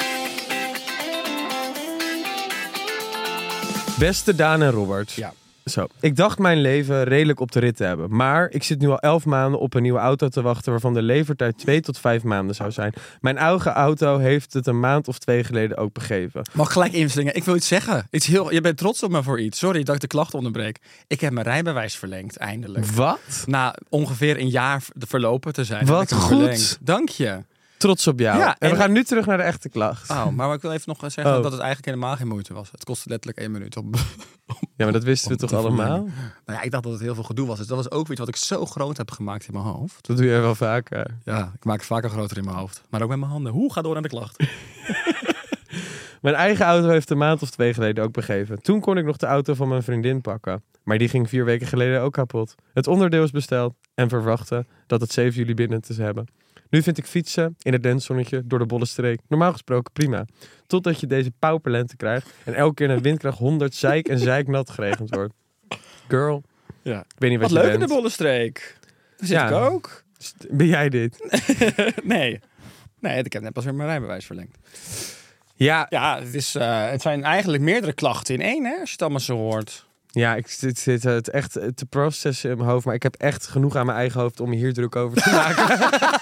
D: Beste Daan en Robert.
E: Ja.
D: Zo, ik dacht mijn leven redelijk op de rit te hebben. Maar ik zit nu al elf maanden op een nieuwe auto te wachten, waarvan de levertijd twee tot vijf maanden zou zijn. Mijn oude auto heeft het een maand of twee geleden ook begeven.
E: Mag ik gelijk investeringen? Ik wil iets zeggen. Iets heel, je bent trots op me voor iets. Sorry dat ik de klacht onderbreek. Ik heb mijn rijbewijs verlengd, eindelijk.
D: Wat?
E: Na ongeveer een jaar v- verlopen te zijn.
D: Wat
E: heb ik hem
D: goed.
E: verlengd. Dank je.
D: Trots op jou.
E: Ja,
D: en we
E: en-
D: gaan nu terug naar de echte klacht.
E: Oh, maar ik wil even nog zeggen
D: Oh.
E: dat het eigenlijk helemaal geen moeite was. Het kostte letterlijk één minuut om...
D: Ja, maar dat wisten we
E: om
D: toch
E: te
D: allemaal?
E: verlengen. Nou ja, ik dacht dat het heel veel gedoe was. Dus dat was ook iets wat ik zo groot heb gemaakt in mijn hoofd.
D: Dat doe je wel vaker.
E: Ja, ik maak het vaker groter in mijn hoofd. Maar ook met mijn handen. Hoe? Ga door naar de klacht.
D: Mijn eigen auto heeft een maand of twee geleden ook begeven. Toen kon ik nog de auto van mijn vriendin pakken. Maar die ging vier weken geleden ook kapot. Het onderdeel is besteld en verwachten dat het zeven juli binnen te hebben. Nu vind ik fietsen in het lenszonnetje door de bolle streek normaal gesproken prima. Totdat je deze pauperlente krijgt en elke keer een windkracht honderd zeik en zeiknat geregend wordt. Girl,
E: Ja.
D: ik weet niet wat,
E: Wat
D: je
E: leuk in
D: bent.
E: de bollenstreek. Daar zit
D: Ja.
E: ik ook.
D: Ben jij dit?
E: Nee. Nee, ik heb net pas weer mijn rijbewijs verlengd.
D: Ja,
E: Ja, het, is, eh, het zijn eigenlijk meerdere klachten in één, hè, als je het allemaal zo hoort.
D: ja ik zit, zit het echt te processen in mijn hoofd. Maar ik heb echt genoeg aan mijn eigen hoofd om me hier druk over te maken.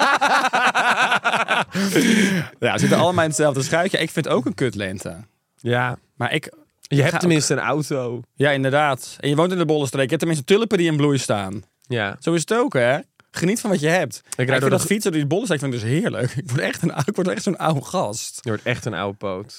E: Ja, we zitten allemaal in hetzelfde schuitje. Ik vind ook een kutlente.
D: Ja,
E: Maar ik...
D: je
E: ik
D: hebt
E: ga
D: tenminste een auto.
E: ook- Ja, inderdaad. En je woont in de bollenstreek. Je hebt tenminste tulpen die in bloei staan.
D: Ja.
E: Zo is het ook, hè? Geniet van wat je hebt. Ik, ik
D: door
E: vind dat
D: de...
E: fietsen door die bollen, ik vind het dus heerlijk. Ik word echt, een, ik word echt zo'n oude gast.
D: Je wordt echt een oude poot.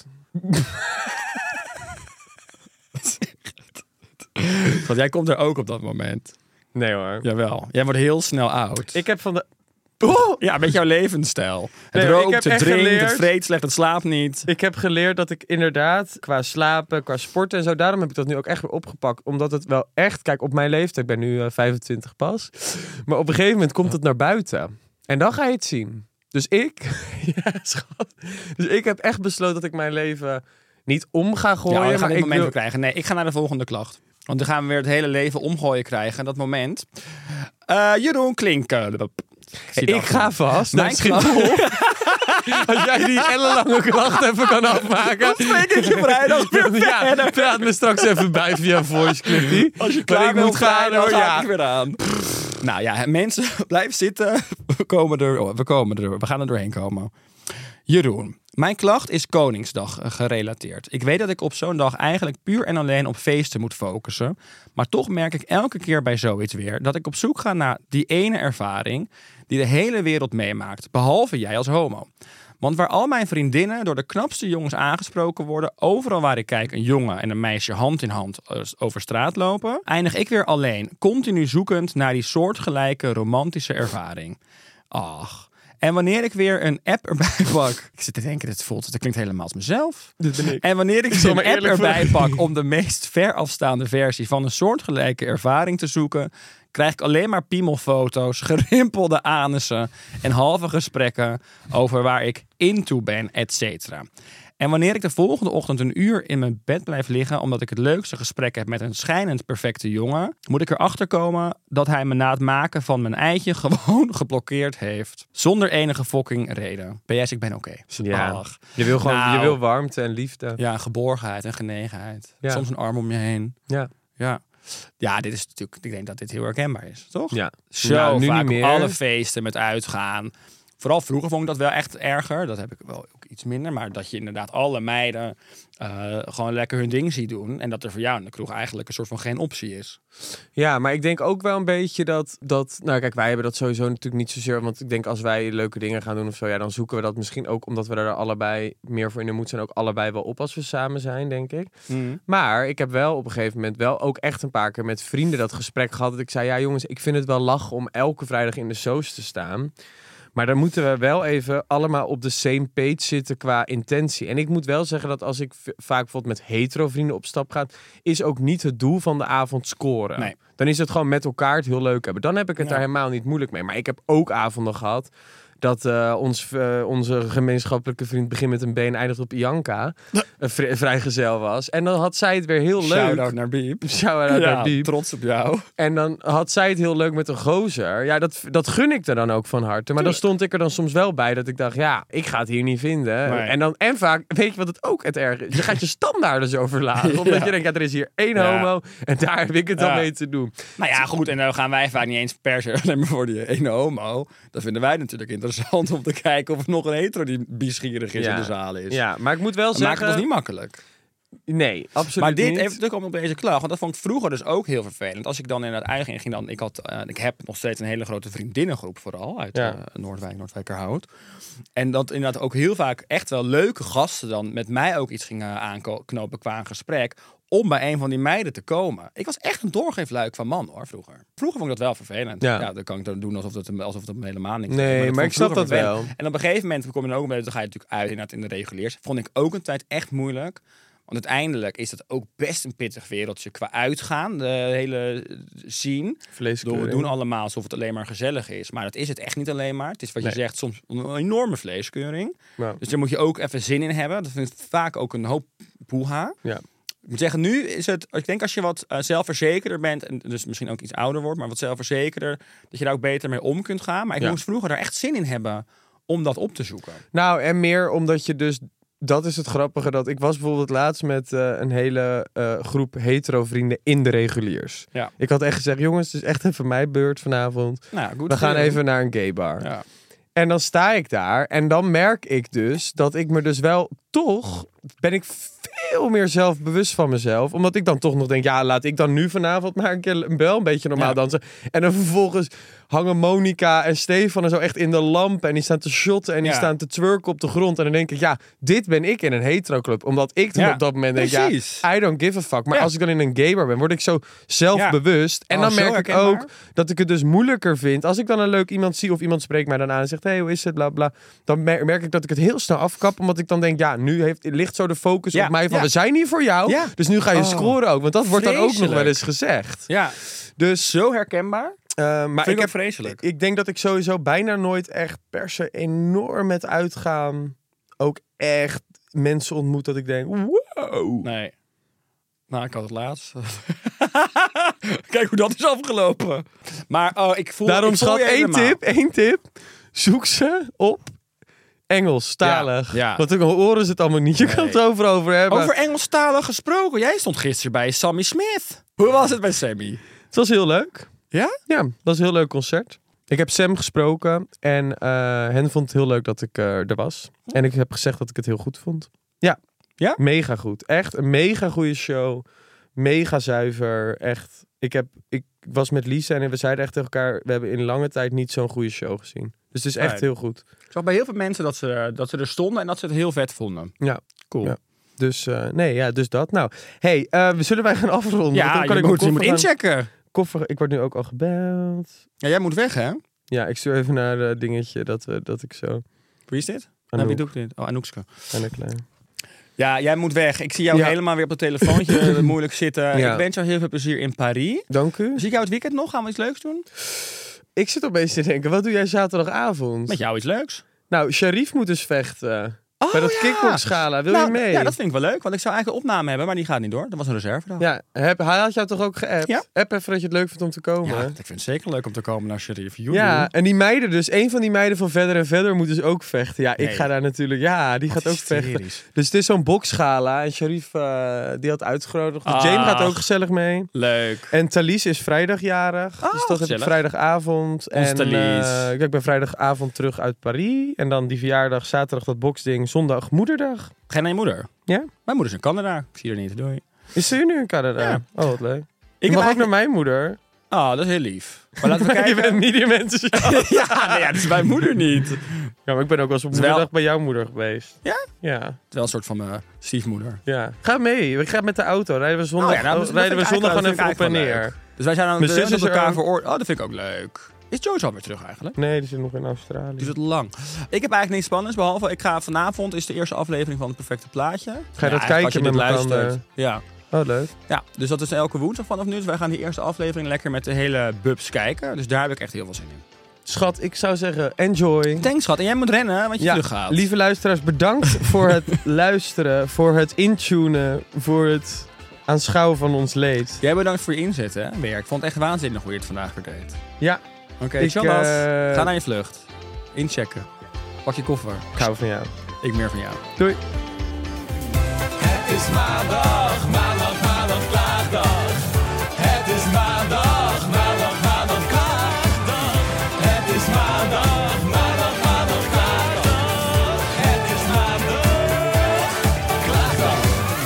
E: Want jij komt er ook op dat moment.
D: Nee hoor.
E: Jawel. Jij wordt heel snel oud.
D: Ik heb van de...
E: Oh! Ja, met jouw levensstijl. Het
D: Nee,
E: rookt,
D: het
E: het drinkt,
D: geleerd...
E: het vreet slecht, het slaapt niet.
D: Ik heb geleerd dat ik inderdaad, qua slapen, qua sporten en zo, daarom heb ik dat nu ook echt weer opgepakt. Omdat het wel echt, kijk, op mijn leeftijd, ik ben nu uh, vijfentwintig pas. Maar op een gegeven moment komt het naar buiten. En dan ga je het zien. Dus ik, ja schat. Dus ik heb echt besloten dat ik mijn leven niet om ga gooien.
E: Ja, we gaan
D: maar
E: dit
D: ik
E: moment
D: wil...
E: weer krijgen. Nee, ik ga naar de volgende klacht. Want dan gaan we weer het hele leven omgooien krijgen. Dat moment. Uh, Jeroen Klinken.
D: Ik, ik ga vast.
E: Mijn klacht.
D: Als jij die ellenlange klacht even kan afmaken.
E: Dan spreek ik je vrijdag weer
D: ja,
E: verder.
D: praat me straks even bij via voice clipie.
E: Als je klaar
D: ik moet gaan
E: dan
D: hoor.
E: ga
D: Ja.
E: ik weer aan. Nou ja, mensen, blijf zitten. We komen er, oh, we komen er, we gaan er doorheen komen. Jeroen, mijn klacht is Koningsdag gerelateerd. Ik weet dat ik op zo'n dag eigenlijk puur en alleen op feesten moet focussen. Maar toch merk ik elke keer bij zoiets weer dat ik op zoek ga naar die ene ervaring die de hele wereld meemaakt. Behalve jij als homo. Want waar al mijn vriendinnen door de knapste jongens aangesproken worden, overal waar ik kijk een jongen en een meisje hand in hand over straat lopen, eindig ik weer alleen, continu zoekend naar die soortgelijke romantische ervaring. Ach. En wanneer ik weer een app erbij pak... Ik zit te denken, dit voelt, dat klinkt helemaal als mezelf.
D: Dit ben ik.
E: En wanneer ik een app erbij pak om de meest verafstaande versie van een soortgelijke ervaring te zoeken, krijg ik alleen maar piemelfoto's, gerimpelde anussen en halve gesprekken over waar ik into ben, et cetera. En wanneer ik de volgende ochtend een uur in mijn bed blijf liggen omdat ik het leukste gesprek heb met een schijnend perfecte jongen, moet ik erachter komen dat hij me na het maken van mijn eitje gewoon geblokkeerd heeft. Zonder enige fucking reden. P S, ik ben oké. Okay.
D: Ja.
E: Ach.
D: Je wil gewoon
E: Nou,
D: je wil warmte en liefde.
E: Ja, geborgenheid en genegenheid.
D: Ja.
E: Soms een arm om je heen.
D: Ja.
E: Ja. Ja, dit is natuurlijk, ik denk dat dit heel herkenbaar is, toch?
D: Ja.
E: Zo
D: Nou, nu
E: vaak
D: niet meer.
E: op alle feesten met uitgaan. Vooral vroeger vond ik dat wel echt erger. Dat heb ik wel ook iets minder. Maar dat je inderdaad alle meiden uh, gewoon lekker hun ding ziet doen. En dat er voor jou in de kroeg eigenlijk een soort van geen optie is.
D: Ja, maar ik denk ook wel een beetje dat, dat... Nou kijk, wij hebben dat sowieso natuurlijk niet zozeer. Want ik denk als wij leuke dingen gaan doen of zo, ja, dan zoeken we dat misschien ook, omdat we er allebei meer voor in de moed zijn, ook allebei wel op als we samen zijn, denk ik.
E: Mm.
D: Maar ik heb wel op een gegeven moment wel ook echt een paar keer met vrienden dat gesprek gehad. Dat ik zei, ja jongens, ik vind het wel lachen om elke vrijdag in de soos te staan. Maar dan moeten we wel even allemaal op de same page zitten qua intentie. En ik moet wel zeggen dat als ik v- vaak bijvoorbeeld met hetero vrienden op stap ga, is ook niet het doel van de avond scoren.
E: Nee.
D: Dan is het gewoon met elkaar het heel leuk hebben. Dan heb ik het
E: Ja.
D: daar helemaal niet moeilijk mee. Maar ik heb ook avonden gehad dat uh, ons, uh, onze gemeenschappelijke vriend begint met een B en eindigt op Ianka. Een vri- vrijgezel was. En dan had zij het weer heel leuk.
E: Shout-out naar Biep.
D: Shout-out
E: Ja,
D: naar Biep.
E: trots op jou.
D: En dan had zij het heel leuk met een gozer. Ja, dat, dat gun ik er dan ook van harte. Maar dan stond ik er dan soms wel bij dat ik dacht, ja, ik ga het hier niet vinden.
E: Nee.
D: En, dan, en vaak, weet je wat het ook het erg is? Je gaat je standaarden zo verlagen. Omdat
E: Ja.
D: je denkt, ja, er is hier één
E: Ja.
D: homo en daar heb ik het dan
E: Ja.
D: mee te doen.
E: Nou ja, goed. En dan gaan wij vaak niet eens per se alleen maar voor die ene homo. Dat vinden wij natuurlijk interessant om te kijken of er nog een hetero die biesgierig is
D: Ja.
E: in de zaal is.
D: Ja, maar ik moet wel
E: Dat maakt
D: zeggen...
E: het ons niet makkelijk.
D: Nee, absoluut
E: Maar dit
D: niet.
E: even terugkomen op deze klacht, want dat vond ik vroeger dus ook heel vervelend. Als ik dan inderdaad uitging, ging dan, ik had, uh, ik heb nog steeds een hele grote vriendinnengroep vooral uit
D: Ja.
E: uh, Noordwijk, Noordwijkerhout. En dat inderdaad ook heel vaak echt wel leuke gasten dan met mij ook iets gingen aanknopen qua een gesprek, om bij een van die meiden te komen. Ik was echt een doorgeefluik van man hoor, vroeger. Vroeger vond ik dat wel vervelend.
D: Ja.
E: Ja, dan kan ik dan doen alsof het, alsof het helemaal niks
D: Nee,
E: dat
D: maar ik
E: vond
D: snap dat
E: vroeger
D: wel.
E: vervelend. En op een gegeven moment kom je dan ook bij, dan ga je natuurlijk uit inderdaad in de reguliers. Vond ik ook een tijd echt moeilijk. Want uiteindelijk is dat ook best een pittig wereldje qua uitgaan. De hele scene.
D: Vleeskeuring.
E: We doen allemaal alsof het alleen maar gezellig is. Maar dat is het echt niet alleen maar. Het is wat je
D: Nee.
E: zegt, soms een enorme vleeskeuring.
D: Ja.
E: Dus daar moet je ook even zin in hebben. Dat vind ik vaak ook een hoop poeha.
D: Ja.
E: Ik moet zeggen, nu is het... Ik denk als je wat uh, zelfverzekerder bent... en dus misschien ook iets ouder wordt... maar wat zelfverzekerder... dat je daar ook beter mee om kunt gaan. Maar ik
D: Ja.
E: moest vroeger daar echt zin in hebben... om dat op te zoeken.
D: Nou, en meer omdat je dus... Dat is het grappige, dat ik was bijvoorbeeld laatst met uh, een hele uh, groep hetero vrienden in de reguliers.
E: Ja.
D: Ik had echt gezegd, jongens, het is echt even mijn beurt vanavond.
E: Nou, goed
D: We gaan
E: voor je.
D: even naar een gay bar.
E: Ja.
D: En dan sta ik daar en dan merk ik dus dat ik me dus wel toch... ben ik veel meer zelfbewust van mezelf. Omdat ik dan toch nog denk, ja, laat ik dan nu vanavond maar een keer wel een beetje normaal
E: Ja.
D: dansen. En dan vervolgens hangen Monica en Stefan en zo echt in de lampen. En die staan te shotten en die
E: Ja.
D: staan te twerken op de grond. En dan denk ik, ja, dit ben ik in een hetero-club. Omdat ik dan
E: Ja,
D: op dat moment
E: precies.
D: denk, ja, I don't give a fuck. Maar
E: Ja.
D: als ik dan in een gay bar ben, word ik zo zelfbewust. En
E: Oh,
D: dan
E: zo
D: merk ik
E: herkenbaar.
D: ook dat ik het dus moeilijker vind. Als ik dan een leuk iemand zie of iemand spreekt mij dan aan en zegt, hey, hoe is het, bla bla. Dan mer- merk ik dat ik het heel snel afkap. Omdat ik dan denk, ja, nu heeft, ligt zo de focus
E: Ja,
D: op mij van,
E: ja.
D: we zijn hier voor jou.
E: Ja.
D: Dus nu ga je
E: Oh,
D: scoren ook. Want dat wordt dan ook nog
E: vreselijk.
D: wel eens gezegd.
E: Ja,
D: Dus,
E: zo herkenbaar.
D: eh, maar
E: Vind
D: ik
E: ik
D: heb
E: ook vreselijk.
D: ik denk dat ik sowieso bijna nooit echt per se enorm met uitgaan ook echt mensen ontmoet dat ik denk, wow.
E: Nee. Nou, ik had het laatst. Kijk hoe dat is afgelopen. Maar oh, ik voel...
D: Daarom
E: ik voel
D: schat,
E: je
D: één
E: helemaal.
D: tip, één tip. Zoek ze op Engels, talig.
E: Ja, ja.
D: Want dan horen ze het allemaal niet. Je kan
E: Nee.
D: het overal over hebben.
E: Over Engelstalig gesproken. Jij stond gisteren bij Sammy Smith. Hoe was het bij Sammy?
D: Het was heel leuk.
E: Ja?
D: Ja, dat was een heel leuk concert. Ik heb Sam gesproken en eh hen vond het heel leuk dat ik eh, er was. En ik heb gezegd dat ik het heel goed vond. Ja.
E: Ja?
D: Mega goed. Echt een mega goede show. Mega zuiver. Echt. Ik, heb, ik was met Lisa en we zeiden echt tegen elkaar, we hebben in lange tijd niet zo'n goede show gezien. Dus het is echt
E: Nee.
D: heel goed.
E: Ik zag bij heel veel mensen dat ze, dat ze er stonden en dat ze het heel vet vonden.
D: Ja.
E: Cool.
D: Ja. Dus, eh, nee, ja, dus dat. Nou, hey, eh, we zullen wij gaan afronden? Want
E: Ja,
D: dan kan
E: je
D: ik
E: moet, je
D: mijn
E: moet
D: koffer gaan-
E: inchecken.
D: Koffer, ik word nu ook al gebeld.
E: Ja, jij moet weg, hè?
D: Ja, ik stuur even naar het dingetje dat, we, dat ik zo...
E: Wie is dit? Nou,
D: Anouk.
E: wie doet dit? Oh, Anoukske.
D: Aan de klein.
E: Ja, jij moet weg. Ik zie jou
D: Ja.
E: helemaal weer op het telefoontje moeilijk zitten.
D: Ja.
E: Ik wens jou heel veel plezier in Paris.
D: Dank u.
E: Zie ik jou het weekend nog? Gaan we iets leuks doen?
D: Ik zit opeens te denken, wat doe jij zaterdagavond?
E: Met jou iets leuks?
D: Nou, Sharif moet dus vechten.
E: Oh,
D: bij dat
E: ja.
D: kickboxgala. Wil
E: Nou,
D: je mee?
E: Ja, dat vind ik wel leuk. Want ik zou eigenlijk een opname hebben, maar die gaat niet door. Dat was een reservedag.
D: Ja, heb, hij had jou toch ook geappt?
E: Ja.
D: App even dat je het leuk vindt om te komen.
E: Ja,
D: Ja,
E: ik vind het zeker leuk om te komen naar Sharif. Joejoe.
D: en die meiden dus. Een van die meiden van Verder en Verder moet dus ook vechten. Ja, ik
E: Nee.
D: ga daar natuurlijk... Ja, die
E: Wat
D: gaat ook vechten.
E: hysterisch.
D: Dus het is zo'n boxgala. En Sharif, eh, die had uitgenodigd. Dus
E: Ach.
D: James gaat ook gezellig mee.
E: Leuk.
D: En Thalys is vrijdagjarig.
E: Oh,
D: dus dat heb ik
E: gezellig.
D: vrijdagavond.
E: Ons
D: En
E: Thalys.
D: eh, ik ben vrijdagavond terug uit Paris. En dan die verjaardag, zaterdag dat boksding. Zondag moederdag.
E: Ga je naar je moeder?
D: Ja?
E: Mijn moeder is in Canada. Ik zie er niet. Doei.
D: Is ze nu in Canada?
E: Ja.
D: Oh, wat leuk.
E: Ik
D: Ik
E: heb
D: mag ook
E: eigenlijk...
D: naar mijn moeder.
E: Oh, dat is heel lief. Maar laten we
D: Je
E: kijken.
D: bent medium enthousiast.
E: ja, nee, ja, dat is mijn moeder niet. Het
D: Ja, maar ik ben ook wel eens op
E: is wel-
D: moederdag bij jouw moeder geweest.
E: Ja?
D: Ja,
E: is wel een soort van mijn stiefmoeder.
D: ja. Ga mee. Ik ga met de auto. Rijden we zondag,
E: Oh ja, nou, dat
D: rijden we
E: vind ik
D: zondag gewoon
E: eigenlijk-
D: even op
E: dat
D: en
E: vind ik eigenlijk
D: neer.
E: Dus wij zijn aan
D: Mijn
E: de
D: zus
E: met
D: is er
E: elkaar
D: ook.
E: veroordeeld. Oh, dat vind ik ook leuk. Is Joyce alweer terug eigenlijk?
D: Nee, die zit nog in Australië.
E: Duurt het lang. Ik heb eigenlijk niks spannends, behalve ik ga vanavond is de eerste aflevering van Het Perfecte Plaatje.
D: Ga je
E: Ja,
D: dat
E: eigenlijk als
D: kijken
E: je
D: met
E: dit
D: elkaar?
E: luistert. Ja.
D: Oh, leuk.
E: ja, dus dat is elke woensdag vanaf nu. Dus wij gaan die eerste aflevering lekker met de hele bubs kijken. Dus daar heb ik echt heel veel zin in.
D: Schat, ik zou zeggen, enjoy.
E: Thanks schat. En jij moet rennen, want je
D: Ja,
E: vlug gaat.
D: lieve luisteraars, bedankt voor het luisteren, voor het intunen, voor het aanschouwen van ons leed.
E: Jij bedankt voor je inzet, hè? Weer. Ik vond het echt waanzinnig hoe je het vandaag weer deed.
D: Ja,
E: Oké,
D: Ik,
E: okay,
D: eh,
E: Ga naar je vlucht. Inchecken. Pak je koffer.
D: ik hou van jou.
E: Ik meer van jou.
D: Doei.
C: Het is maandag, maandag, maandag, klaagdag. Het is maandag, maandag, maandag, klaagdag. Het is maandag, maandag, maandag, klaagdag. Het is maandag, klaagdag.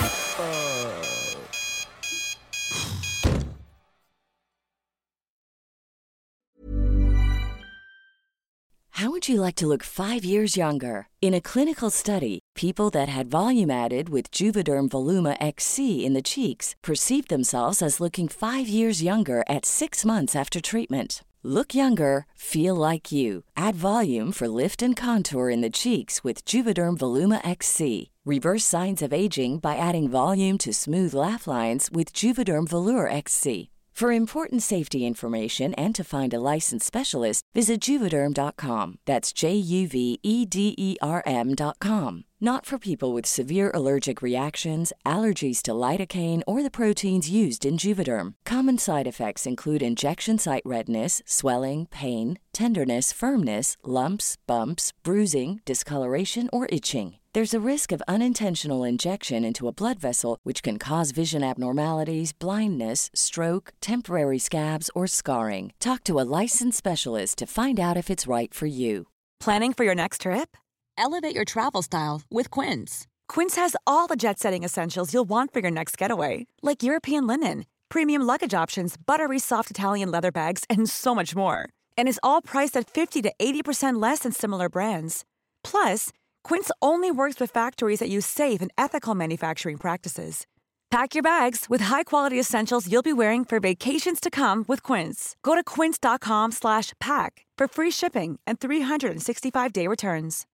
A: How would you like to look five years younger? In a clinical study, people that had volume added with Juvederm Voluma X C in the cheeks perceived themselves as looking five years younger at six months after treatment. Look younger, feel like you. Add volume for lift and contour in the cheeks with Juvederm Voluma X C. Reverse signs of aging by adding volume to smooth laugh lines with Juvederm Volure X C. For important safety information and to find a licensed specialist, visit Juvederm dot com. That's J U V E D E R M dot com. Not for people with severe allergic reactions, allergies to lidocaine, or the proteins used in Juvederm. Common side effects include injection site redness, swelling, pain, tenderness, firmness, lumps, bumps, bruising, discoloration, or itching. There's a risk of unintentional injection into a blood vessel, which can cause vision abnormalities, blindness, stroke, temporary scabs, or scarring. Talk to a licensed specialist to find out if it's right for you.
B: Planning for your next trip?
G: Elevate your travel style with Quince.
B: Quince has all the jet-setting essentials you'll want for your next getaway, like European linen, premium luggage options, buttery soft Italian leather bags, and so much more. and is all priced at fifty to eighty percent less than similar brands. Plus, Quince only works with factories that use safe and ethical manufacturing practices. Pack your bags with high-quality essentials you'll be wearing for vacations to come with Quince. Go to quince.com slash pack for free shipping and three sixty-five day returns.